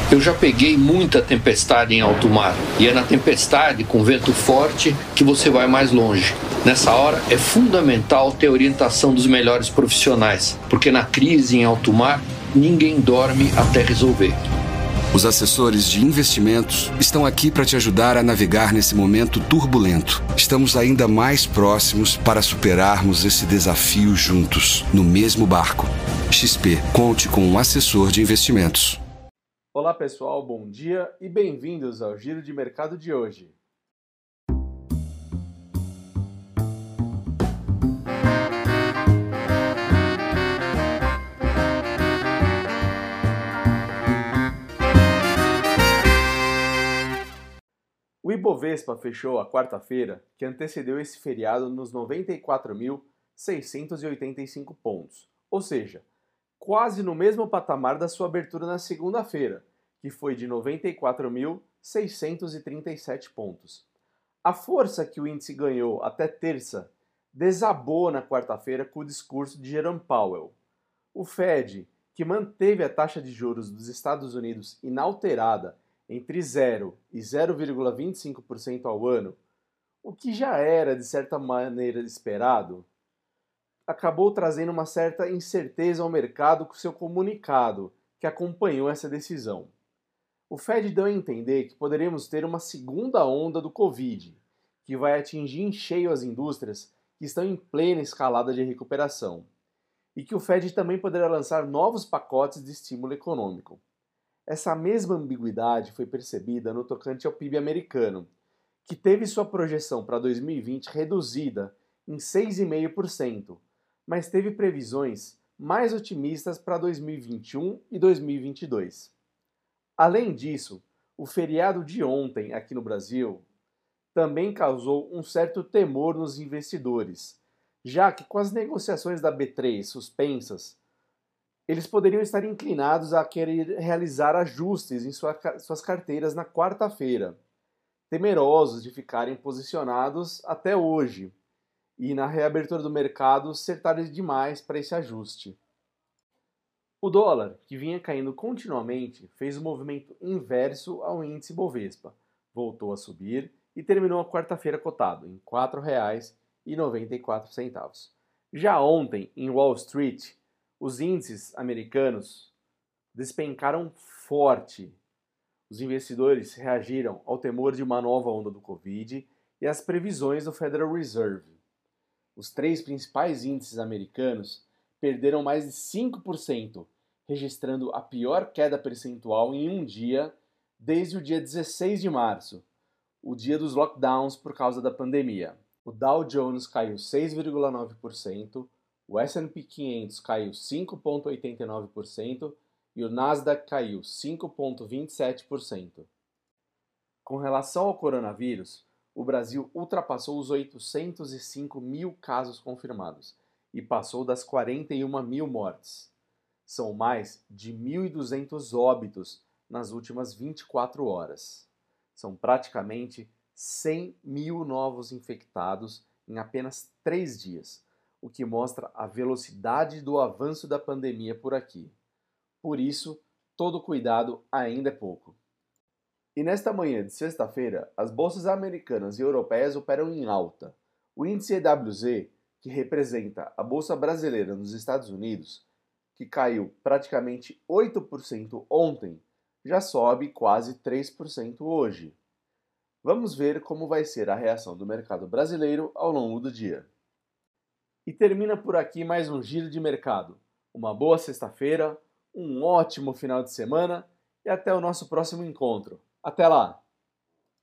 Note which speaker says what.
Speaker 1: Eu já peguei muita tempestade em alto mar e é na tempestade, com vento forte, que você vai mais longe. Nessa hora é fundamental ter a orientação dos melhores profissionais, porque na crise em alto mar, ninguém dorme até resolver.
Speaker 2: Os assessores de investimentos estão aqui para te ajudar a navegar nesse momento turbulento. Estamos ainda mais próximos para superarmos esse desafio juntos, no mesmo barco. XP, conte com um assessor de investimentos.
Speaker 3: Olá pessoal, bom dia e bem-vindos ao Giro de Mercado de hoje. O Ibovespa fechou a quarta-feira, que antecedeu esse feriado, nos 94.685 pontos, ou seja, quase no mesmo patamar da sua abertura na segunda-feira, que foi de 94.637 pontos. A força que o índice ganhou até terça desabou na quarta-feira com o discurso de Jerome Powell. O Fed, que manteve a taxa de juros dos Estados Unidos inalterada entre 0 e 0,25% ao ano, o que já era de certa maneira esperado, acabou trazendo uma certa incerteza ao mercado com seu comunicado, que acompanhou essa decisão. O Fed deu a entender que poderíamos ter uma segunda onda do Covid, que vai atingir em cheio as indústrias que estão em plena escalada de recuperação, e que o Fed também poderá lançar novos pacotes de estímulo econômico. Essa mesma ambiguidade foi percebida no tocante ao PIB americano, que teve sua projeção para 2020 reduzida em 6,5%, mas teve previsões mais otimistas para 2021 e 2022. Além disso, o feriado de ontem aqui no Brasil também causou um certo temor nos investidores, já que com as negociações da B3 suspensas, eles poderiam estar inclinados a querer realizar ajustes em suas carteiras na quarta-feira, temerosos de ficarem posicionados até hoje e na reabertura do mercado ser tarde demais para esse ajuste. O dólar, que vinha caindo continuamente, fez um movimento inverso ao índice Bovespa, voltou a subir e terminou a quarta-feira cotado em R$ 4,94. Já ontem, em Wall Street, os índices americanos despencaram forte. Os investidores reagiram ao temor de uma nova onda do Covid e às previsões do Federal Reserve. Os três principais índices americanos perderam mais de 5%, registrando a pior queda percentual em um dia desde o dia 16 de março, o dia dos lockdowns por causa da pandemia. O Dow Jones caiu 6,9%, o S&P 500 caiu 5,89% e o Nasdaq caiu 5,27%. Com relação ao coronavírus, o Brasil ultrapassou os 805 mil casos confirmados e passou das 41 mil mortes. São mais de 1.200 óbitos nas últimas 24 horas. São praticamente 100 mil novos infectados em apenas 3 dias, o que mostra a velocidade do avanço da pandemia por aqui. Por isso, todo cuidado ainda é pouco. E nesta manhã de sexta-feira, as bolsas americanas e europeias operam em alta. O índice EWZ, que representa a bolsa brasileira nos Estados Unidos, que caiu praticamente 8% ontem, já sobe quase 3% hoje. Vamos ver como vai ser a reação do mercado brasileiro ao longo do dia. E termina por aqui mais um Giro de Mercado. Uma boa sexta-feira, um ótimo final de semana e até o nosso próximo encontro. Até lá!